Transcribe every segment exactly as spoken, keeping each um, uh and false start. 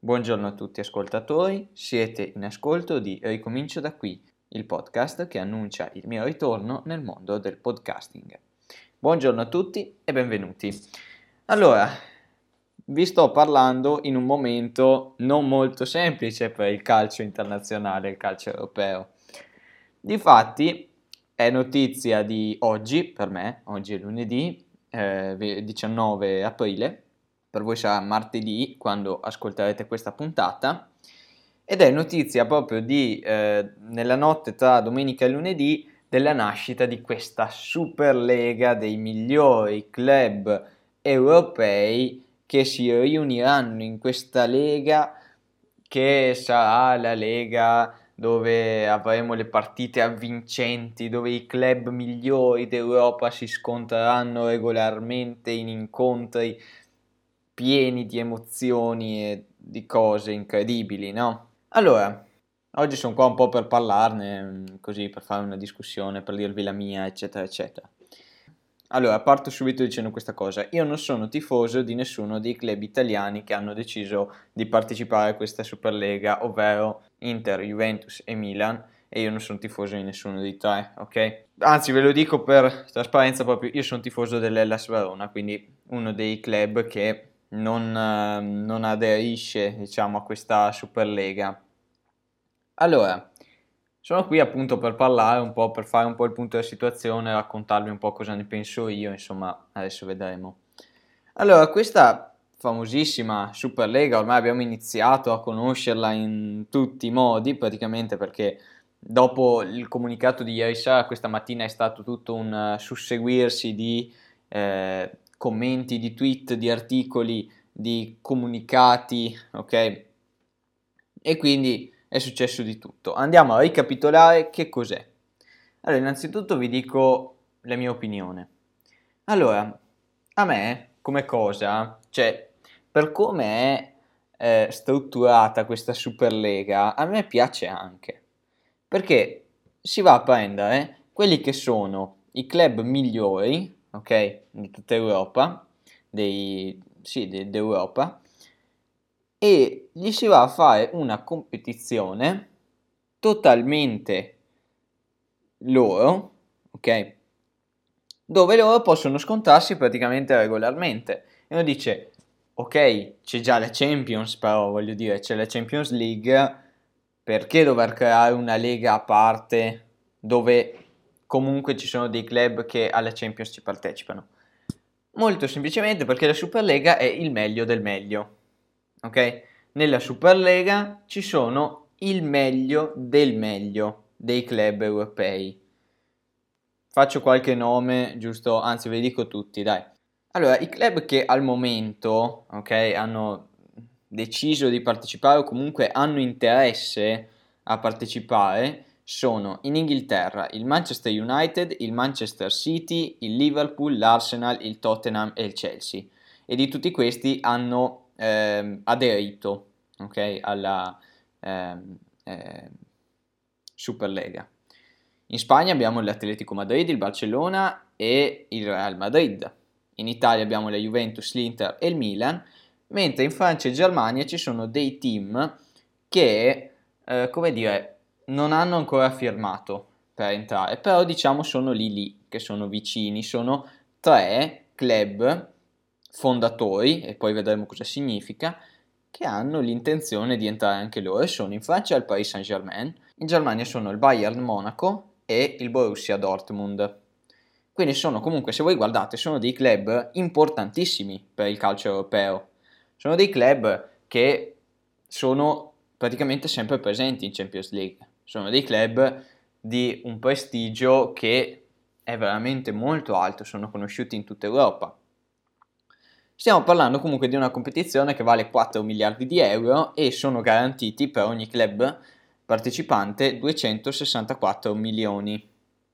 Buongiorno a tutti ascoltatori, siete in ascolto di Ricomincio da qui, il podcast che annuncia il mio ritorno nel mondo del podcasting. Buongiorno a tutti e benvenuti. Allora, vi sto parlando in un momento non molto semplice per il calcio internazionale, il calcio europeo. Difatti, è notizia di oggi, per me, oggi è lunedì, eh, diciannove aprile, per voi sarà martedì quando ascolterete questa puntata, ed è notizia proprio di, eh, nella notte tra domenica e lunedì, della nascita di questa Superlega dei migliori club europei che si riuniranno in questa lega che sarà la lega dove avremo le partite avvincenti, dove i club migliori d'Europa si scontreranno regolarmente in incontri pieni di emozioni e di cose incredibili, no? Allora, oggi sono qua un po' per parlarne, così per fare una discussione, per dirvi la mia, eccetera, eccetera. Allora, parto subito dicendo questa cosa. Io non sono tifoso di nessuno dei club italiani che hanno deciso di partecipare a questa Superlega, ovvero Inter, Juventus e Milan, e io non sono tifoso di nessuno dei tre, ok? Anzi, ve lo dico per trasparenza proprio, io sono tifoso dell'Hellas Verona, quindi uno dei club che non, eh, non aderisce, diciamo, a questa Superlega. Allora, sono qui appunto per parlare un po', per fare un po' il punto della situazione, raccontarvi un po' cosa ne penso io, insomma, adesso vedremo. Allora, questa famosissima Superlega, ormai abbiamo iniziato a conoscerla in tutti i modi, praticamente perché dopo il comunicato di ieri sera, questa mattina è stato tutto un uh, susseguirsi di eh, commenti, di tweet, di articoli, di comunicati, ok? E quindi è successo di tutto. Andiamo a ricapitolare che cos'è. Allora, innanzitutto vi dico la mia opinione. Allora, a me, come cosa, cioè, per come è eh, strutturata questa Superlega, a me piace anche. Perché si va a prendere quelli che sono i club migliori, ok, di tutta Europa, dei, sì, de- d'Europa, e gli si va a fare una competizione totalmente loro, ok? Dove loro possono scontrarsi praticamente regolarmente. E uno dice, ok, c'è già la Champions, però voglio dire, c'è la Champions League, perché dover creare una lega a parte dove comunque ci sono dei club che alla Champions ci partecipano? Molto semplicemente perché la Superlega è il meglio del meglio, ok? Nella Superlega ci sono il meglio del meglio dei club europei. Faccio qualche nome, giusto? Anzi, ve li dico tutti, dai. Allora, i club che al momento, ok, hanno deciso di partecipare o comunque hanno interesse a partecipare sono in Inghilterra il Manchester United, il Manchester City, il Liverpool, l'Arsenal, il Tottenham e il Chelsea. E di tutti questi hanno ehm, aderito, ok, alla ehm, ehm, Superlega. In Spagna abbiamo l'Atletico Madrid, il Barcellona e il Real Madrid. In Italia abbiamo la Juventus, l'Inter e il Milan, mentre in Francia e Germania ci sono dei team che, eh, come dire, non hanno ancora firmato per entrare, però diciamo sono lì lì, che sono vicini, sono tre club fondatori, e poi vedremo cosa significa, che hanno l'intenzione di entrare anche loro, e sono in Francia il Paris Saint-Germain, in Germania sono il Bayern Monaco e il Borussia Dortmund. Quindi sono comunque, se voi guardate, sono dei club importantissimi per il calcio europeo. Sono dei club che sono praticamente sempre presenti in Champions League. Sono dei club di un prestigio che è veramente molto alto, sono conosciuti in tutta Europa. Stiamo parlando comunque di una competizione che vale quattro miliardi di euro e sono garantiti per ogni club partecipante duecentosessantaquattro milioni.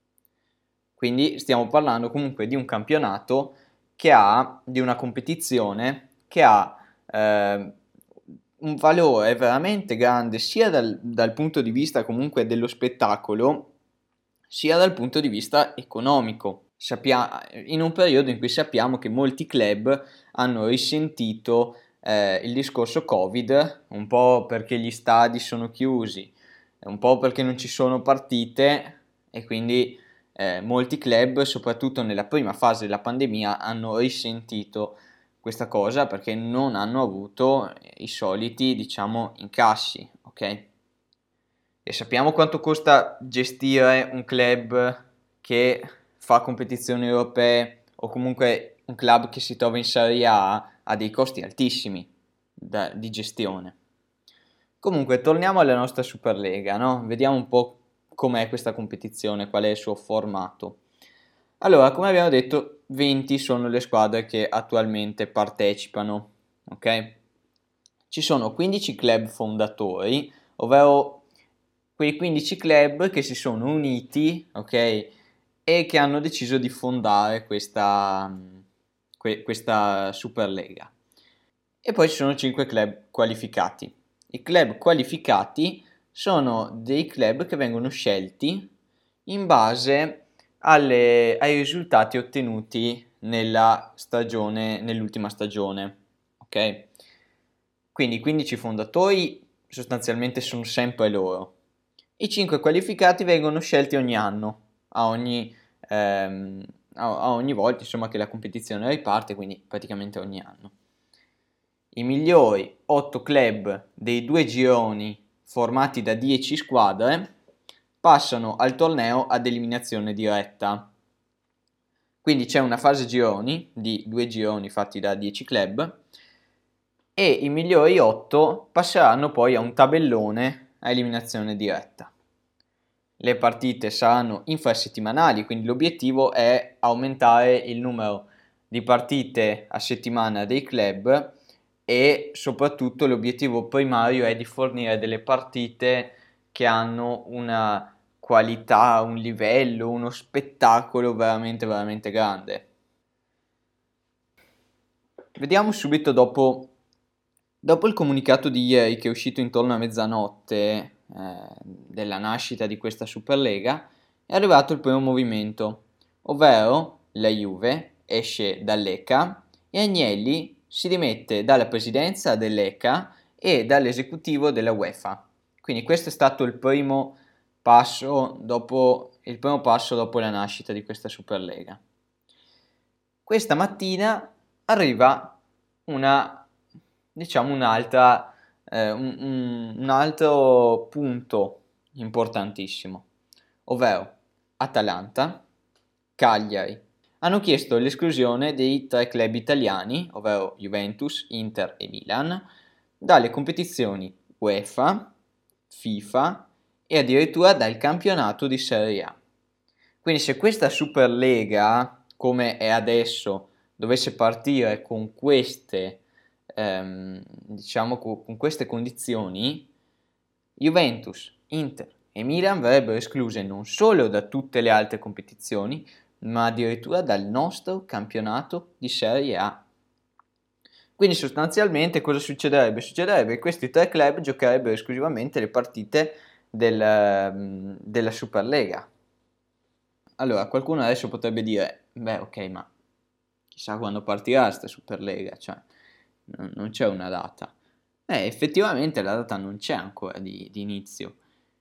Quindi stiamo parlando comunque di un campionato che ha, di una competizione che ha eh, un valore veramente grande sia dal, dal punto di vista comunque dello spettacolo, sia dal punto di vista economico. Sappia- in un periodo in cui sappiamo che molti club hanno risentito eh, il discorso Covid, un po' perché gli stadi sono chiusi, un po' perché non ci sono partite e quindi eh, molti club, soprattutto nella prima fase della pandemia, hanno risentito questa cosa perché non hanno avuto i soliti, diciamo, incassi, ok? E sappiamo quanto costa gestire un club che fa competizioni europee o comunque un club che si trova in Serie A ha dei costi altissimi da- di gestione. Comunque, torniamo alla nostra Superlega, no? Vediamo un po' com'è questa competizione, qual è il suo formato. Allora, come abbiamo detto, venti sono le squadre che attualmente partecipano, ok? Ci sono quindici club fondatori, ovvero quei quindici club che si sono uniti, ok? E che hanno deciso di fondare questa, que- questa Superlega. E poi ci sono cinque club qualificati. I club qualificati sono dei club che vengono scelti in base alle- ai risultati ottenuti nella stagione, nell'ultima stagione. Ok? Quindi i quindici fondatori sostanzialmente sono sempre loro. I cinque qualificati vengono scelti ogni anno, a ogni, ehm, a, a ogni volta insomma, che la competizione riparte, quindi praticamente ogni anno. I migliori otto club dei due gironi formati da dieci squadre passano al torneo ad eliminazione diretta. Quindi c'è una fase gironi di due gironi fatti da dieci club e i migliori otto passeranno poi a un tabellone a eliminazione diretta. Le partite saranno infrasettimanali, quindi l'obiettivo è aumentare il numero di partite a settimana dei club e soprattutto l'obiettivo primario è di fornire delle partite che hanno una qualità, un livello, uno spettacolo veramente veramente grande. Vediamo subito dopo, dopo il comunicato di ieri che è uscito intorno a mezzanotte eh, della nascita di questa Superlega, è arrivato il primo movimento, ovvero la Juve esce dall'E C A e Agnelli si dimette dalla presidenza dell'E C A e dall'esecutivo della UEFA. Quindi questo è stato il primo passo dopo, il primo passo dopo la nascita di questa Superlega. Questa mattina arriva una, diciamo, un'altra, eh, un, un- un altro punto importantissimo, ovvero Atalanta, Cagliari. Hanno chiesto l'esclusione dei tre club italiani, ovvero Juventus, Inter e Milan, dalle competizioni UEFA, FIFA e addirittura dal campionato di Serie A. Quindi se questa Superlega, come è adesso, dovesse partire con queste, ehm, diciamo, co- con queste condizioni, Juventus, Inter e Milan verrebbero escluse non solo da tutte le altre competizioni, ma addirittura dal nostro campionato di Serie A. Quindi sostanzialmente cosa succederebbe? Succederebbe che questi tre club giocherebbero esclusivamente le partite del, ehm, della Superlega. Allora, qualcuno adesso potrebbe dire, beh, ok, ma chissà quando partirà questa Superlega, cioè non, non c'è una data. Eh, effettivamente la data non c'è ancora di, di inizio,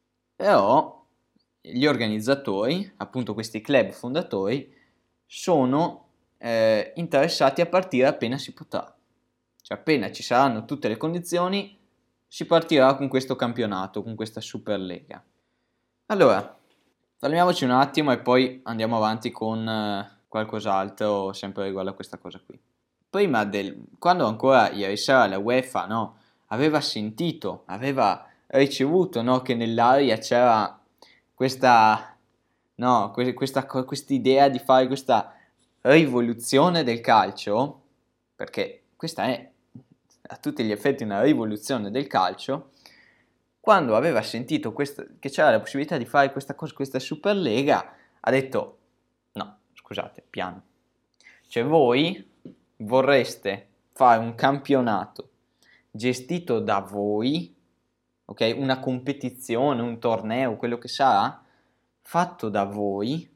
però gli organizzatori, appunto questi club fondatori, sono eh, interessati a partire appena si potrà. Cioè appena ci saranno tutte le condizioni, si partirà con questo campionato, con questa Superlega. Allora, fermiamoci un attimo e poi andiamo avanti con eh, qualcos'altro sempre riguardo a questa cosa qui. Prima del, quando ancora ieri sera la UEFA, no, aveva sentito, aveva ricevuto, no, che nell'aria c'era questa, no, que- questa idea di fare questa rivoluzione del calcio, perché questa è a tutti gli effetti una rivoluzione del calcio, quando aveva sentito questo, che c'era la possibilità di fare questa cosa, questa Superlega, ha detto no, scusate, piano. Cioè voi vorreste fare un campionato gestito da voi, ok? Una competizione, un torneo, quello che sarà, fatto da voi,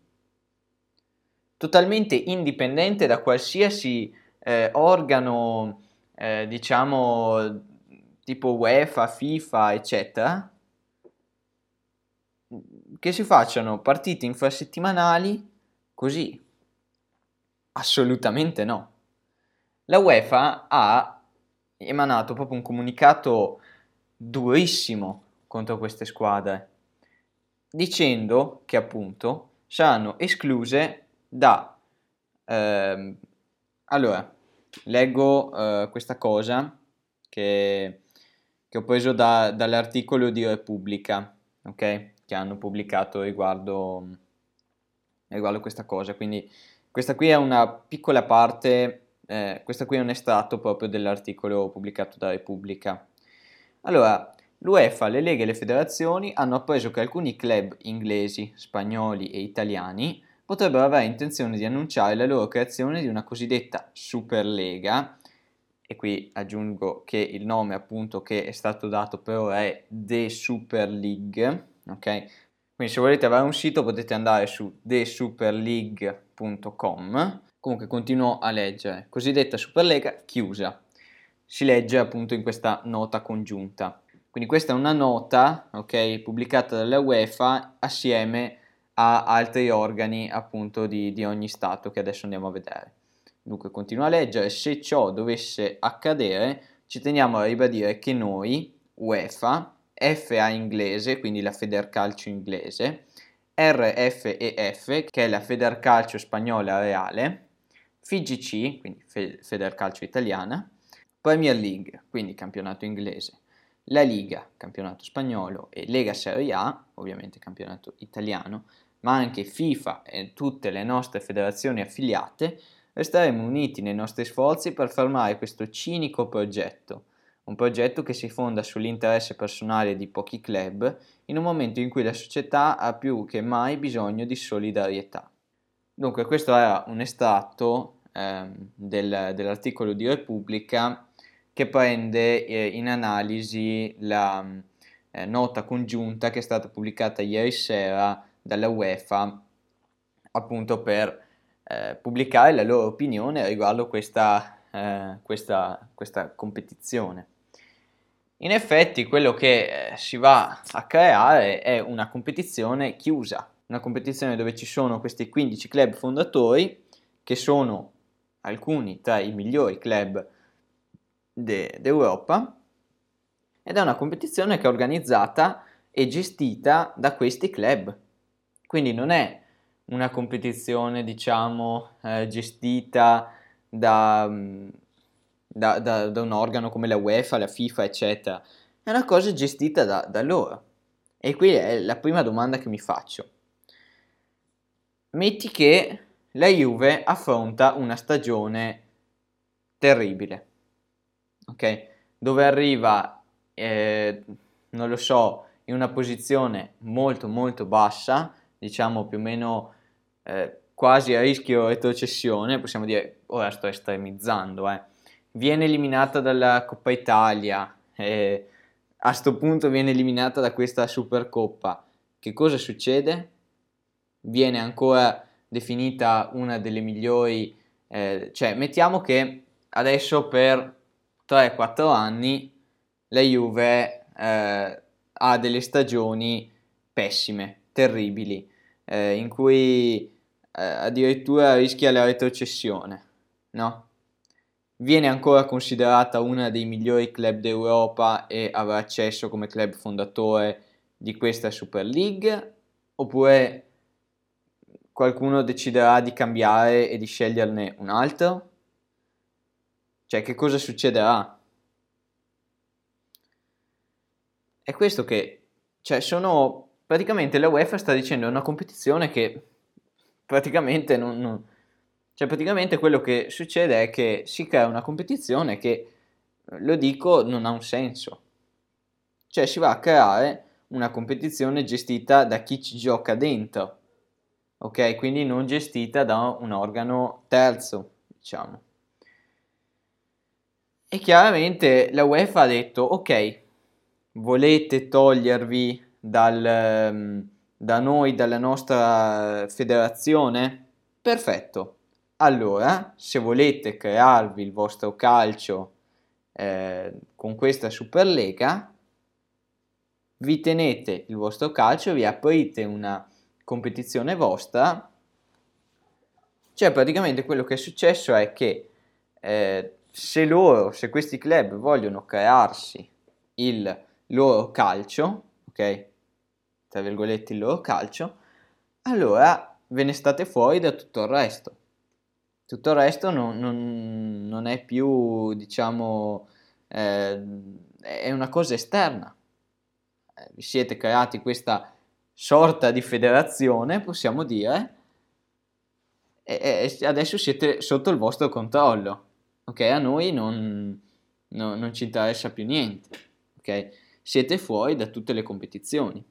totalmente indipendente da qualsiasi eh, organo eh, diciamo tipo UEFA, FIFA, eccetera, che si facciano partite infrasettimanali così? Assolutamente no. La UEFA ha emanato proprio un comunicato durissimo contro queste squadre, dicendo che appunto saranno escluse da... ehm, allora, leggo eh, questa cosa che, che ho preso da- dall'articolo di Repubblica, ok? Che hanno pubblicato riguardo, riguardo questa cosa. Quindi questa qui è una piccola parte, eh, questa qui è un estratto proprio dell'articolo pubblicato da Repubblica. Allora, l'UEFA, le leghe e le federazioni hanno appreso che alcuni club inglesi, spagnoli e italiani potrebbero avere intenzione di annunciare la loro creazione di una cosiddetta Superlega, e qui aggiungo che il nome appunto che è stato dato per ora è The Super League, ok? Quindi se volete avere un sito potete andare su the super league punto com. Comunque continuo a leggere. Cosiddetta Superlega chiusa. Si legge appunto in questa nota congiunta. Quindi questa è una nota, ok, pubblicata dalla UEFA assieme a altri organi appunto di, di ogni stato che adesso andiamo a vedere. Dunque continuo a leggere. Se ciò dovesse accadere, ci teniamo a ribadire che noi, UEFA, F A inglese, quindi la Federcalcio inglese, R F E F, che è la Federcalcio spagnola reale, F I G C, quindi Federcalcio italiana, Premier League, quindi campionato inglese, la Liga, campionato spagnolo, e Lega Serie A, ovviamente campionato italiano, ma anche FIFA e tutte le nostre federazioni affiliate, resteremo uniti nei nostri sforzi per fermare questo cinico progetto, un progetto che si fonda sull'interesse personale di pochi club in un momento in cui la società ha più che mai bisogno di solidarietà. Dunque questo era un estratto ehm, del, dell'articolo di Repubblica che prende eh, in analisi la eh, nota congiunta che è stata pubblicata ieri sera dalla UEFA appunto per eh, pubblicare la loro opinione riguardo questa, eh, questa, questa competizione. In effetti quello che eh, si va a creare è una competizione chiusa, una competizione dove ci sono questi quindici club fondatori che sono alcuni tra i migliori club de- d'Europa, ed è una competizione che è organizzata e gestita da questi club. Quindi non è una competizione, diciamo, eh, gestita da, mm, da, da- da un organo come la UEFA, la FIFA, eccetera. È una cosa gestita da, da loro. E qui è la prima domanda che mi faccio. Metti che la Juve affronta una stagione terribile, ok? Dove arriva, eh, non lo so, in una posizione molto molto bassa, diciamo più o meno eh, quasi a rischio retrocessione, possiamo dire, ora sto estremizzando, eh. Viene eliminata dalla Coppa Italia, eh, a sto punto viene eliminata da questa Supercoppa. Che cosa succede? Viene ancora definita una delle migliori, eh, cioè mettiamo che adesso per tre quattro anni la Juve eh, ha delle stagioni pessime, terribili, eh, in cui eh, addirittura rischia la retrocessione, no? Viene ancora considerata una dei migliori club d'Europa e avrà accesso come club fondatore di questa Super League, oppure qualcuno deciderà di cambiare e di sceglierne un altro? Cioè, che cosa succederà? È questo che, cioè, sono praticamente la UEFA sta dicendo è una competizione che praticamente non, non- cioè, praticamente quello che succede è che si crea una competizione che, lo dico, non ha un senso. Cioè, si va a creare una competizione gestita da chi ci gioca dentro, ok? Quindi non gestita da un organo terzo, diciamo. E chiaramente la UEFA ha detto, ok, volete togliervi dal, ehm, da noi, dalla nostra federazione? Perfetto. Allora, se volete crearvi il vostro calcio eh, con questa Superlega vi tenete il vostro calcio, vi aprite una competizione vostra. Cioè praticamente quello che è successo è che eh, se loro, se questi club vogliono crearsi il loro calcio, ok? Tra virgolette il loro calcio, allora ve ne state fuori da tutto il resto. Tutto il resto non, non- non è più, diciamo, eh, è una cosa esterna. Eh, vi siete creati questa sorta di federazione, possiamo dire, e, e adesso siete sotto il vostro controllo, ok? A noi non, no- non ci interessa più niente, ok? Siete fuori da tutte le competizioni.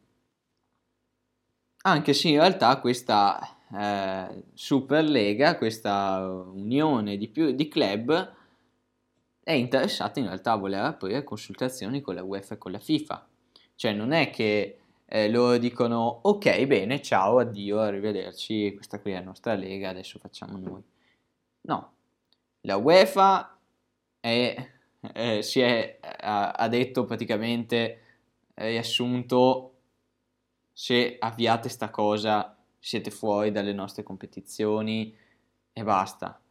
Anche se in realtà questa eh, Superlega, questa unione di, più, di club, è interessata in realtà a voler aprire consultazioni con la UEFA e con la FIFA. Cioè non è che eh, loro dicono ok, bene, ciao, addio, arrivederci, questa qui è la nostra lega, adesso facciamo noi. No, la UEFA è, eh, si è, ha, ha detto praticamente, eh, riassunto, se avviate sta cosa siete fuori dalle nostre competizioni e basta.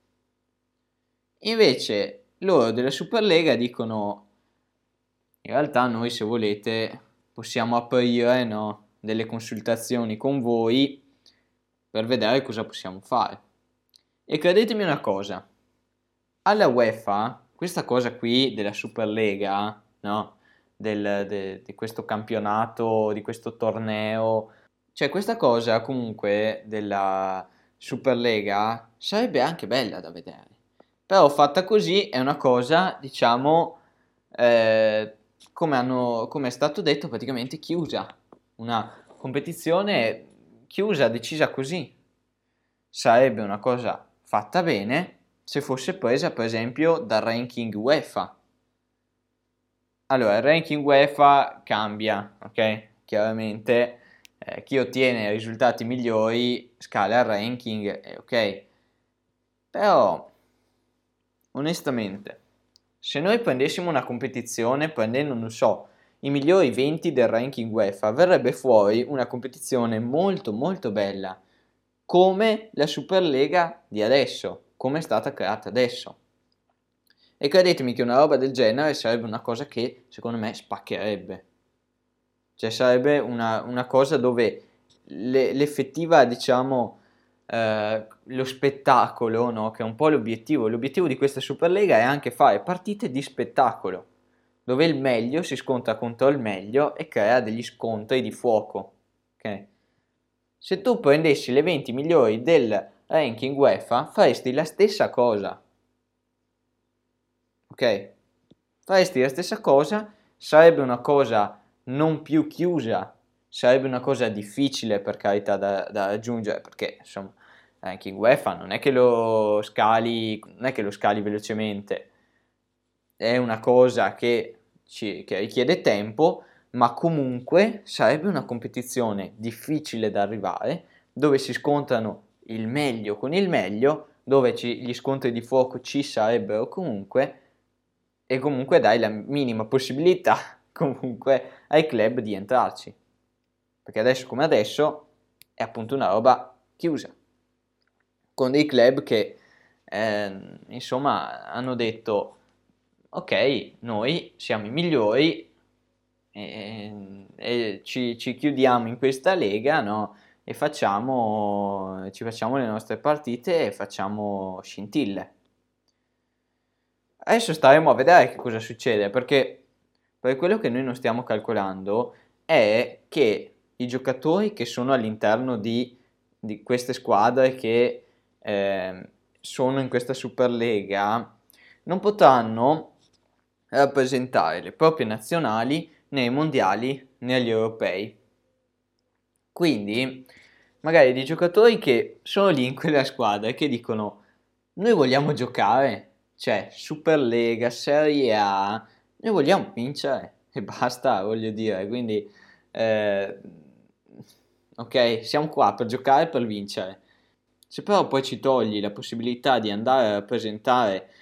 Invece loro della Superlega dicono in realtà noi se volete possiamo aprire, no, delle consultazioni con voi per vedere cosa possiamo fare. E credetemi una cosa, alla UEFA questa cosa qui della Superlega, no, del, de- di questo campionato, di questo torneo, cioè questa cosa comunque della Superlega sarebbe anche bella da vedere. Però fatta così è una cosa, diciamo, eh, come hanno, come è stato detto, praticamente chiusa. Una competizione chiusa, decisa così. Sarebbe una cosa fatta bene se fosse presa, per esempio, dal ranking UEFA. Allora, il ranking UEFA cambia, ok? Chiaramente eh, chi ottiene i risultati migliori scala il ranking, eh, ok? Però, onestamente, se noi prendessimo una competizione prendendo, non so, i migliori venti del ranking UEFA, verrebbe fuori una competizione molto molto bella, come la Superlega di adesso, come è stata creata adesso. E credetemi che una roba del genere sarebbe una cosa che secondo me spaccherebbe. Cioè sarebbe una, una cosa dove le- l'effettiva, diciamo, eh, lo spettacolo, no? Che è un po' l'obiettivo. L'obiettivo di questa Superlega è anche fare partite di spettacolo, dove il meglio si scontra contro il meglio e crea degli scontri di fuoco. Ok? Se tu prendessi le venti migliori del ranking UEFA, faresti la stessa cosa. Ok? Faresti la stessa cosa, sarebbe una cosa non più chiusa, sarebbe una cosa difficile per carità da, da raggiungere, perché insomma, ranking UEFA non è che lo scali, non è che lo scali velocemente, è una cosa che, ci, che richiede tempo, ma comunque sarebbe una competizione difficile da arrivare, dove si scontrano il meglio con il meglio, dove ci, gli scontri di fuoco ci sarebbero comunque, e comunque dai la minima possibilità comunque ai club di entrarci, perché adesso come adesso è appunto una roba chiusa, con dei club che eh, insomma hanno detto ok, noi siamo i migliori e, e ci, ci chiudiamo in questa lega, no? E facciamo, ci facciamo le nostre partite e facciamo scintille. Adesso staremo a vedere che cosa succede, perché per quello che noi non stiamo calcolando è che i giocatori che sono all'interno di, di queste squadre che eh, sono in questa Superlega non potranno rappresentare le proprie nazionali nei mondiali né agli europei. Quindi magari dei giocatori che sono lì in quella squadra e che dicono noi vogliamo giocare, cioè Superlega, Serie A, noi vogliamo vincere e basta, voglio dire, quindi eh, ok, siamo qua per giocare e per vincere. Se però poi ci togli la possibilità di andare a rappresentare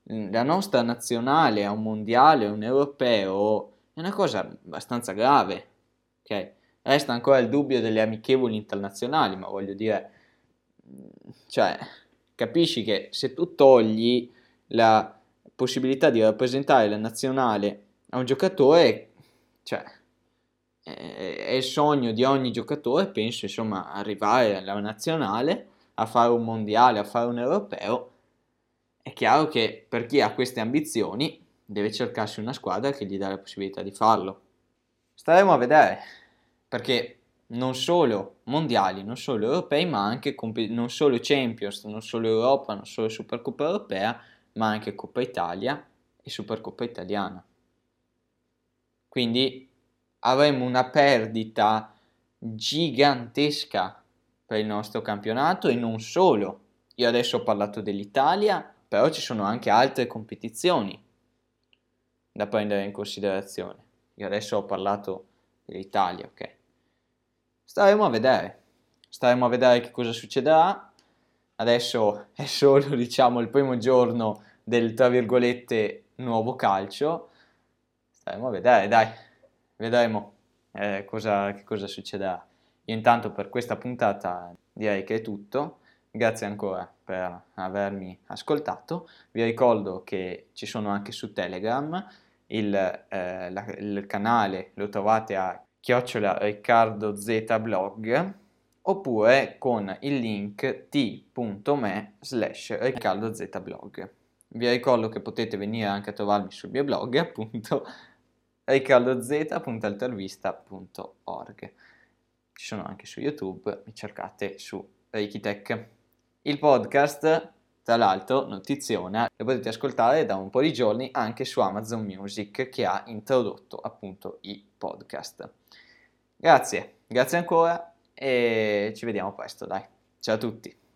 la nostra nazionale a un mondiale, un europeo, è una cosa abbastanza grave, ok? Resta ancora il dubbio delle amichevoli internazionali, ma voglio dire, cioè, capisci che se tu togli la possibilità di rappresentare la nazionale a un giocatore, cioè, è il sogno di ogni giocatore, penso, insomma, arrivare alla nazionale, a fare un mondiale, a fare un europeo. È chiaro che per chi ha queste ambizioni deve cercarsi una squadra che gli dà la possibilità di farlo. Staremo a vedere, perché non solo mondiali, non solo europei, ma anche comp- non solo Champions, non solo Europa, non solo Supercoppa europea, ma anche Coppa Italia e Supercoppa italiana. Quindi avremo una perdita gigantesca per il nostro campionato e non solo. Io adesso ho parlato dell'Italia, però ci sono anche altre competizioni da prendere in considerazione. Io adesso ho parlato dell'Italia, ok? Staremo a vedere, staremo a vedere che cosa succederà. Adesso è solo, diciamo, il primo giorno del, tra virgolette, nuovo calcio. Staremo a vedere, dai, vedremo eh, cosa, che cosa succederà. Io intanto per questa puntata direi che è tutto. Grazie ancora per avermi ascoltato. Vi ricordo che ci sono anche su Telegram, il, eh, la, il canale lo trovate a chiocciola Riccardo Z blog oppure con il link t.me slash Riccardo Z blog. Vi ricordo che potete venire anche a trovarmi sul mio blog, appunto, riccardoz punto altervista punto org. Ci sono anche su YouTube, mi cercate su Reikitech. Il podcast, tra l'altro, notiziona, lo potete ascoltare da un po' di giorni anche su Amazon Music, che ha introdotto appunto i podcast. Grazie, grazie ancora e ci vediamo presto, dai. Ciao a tutti.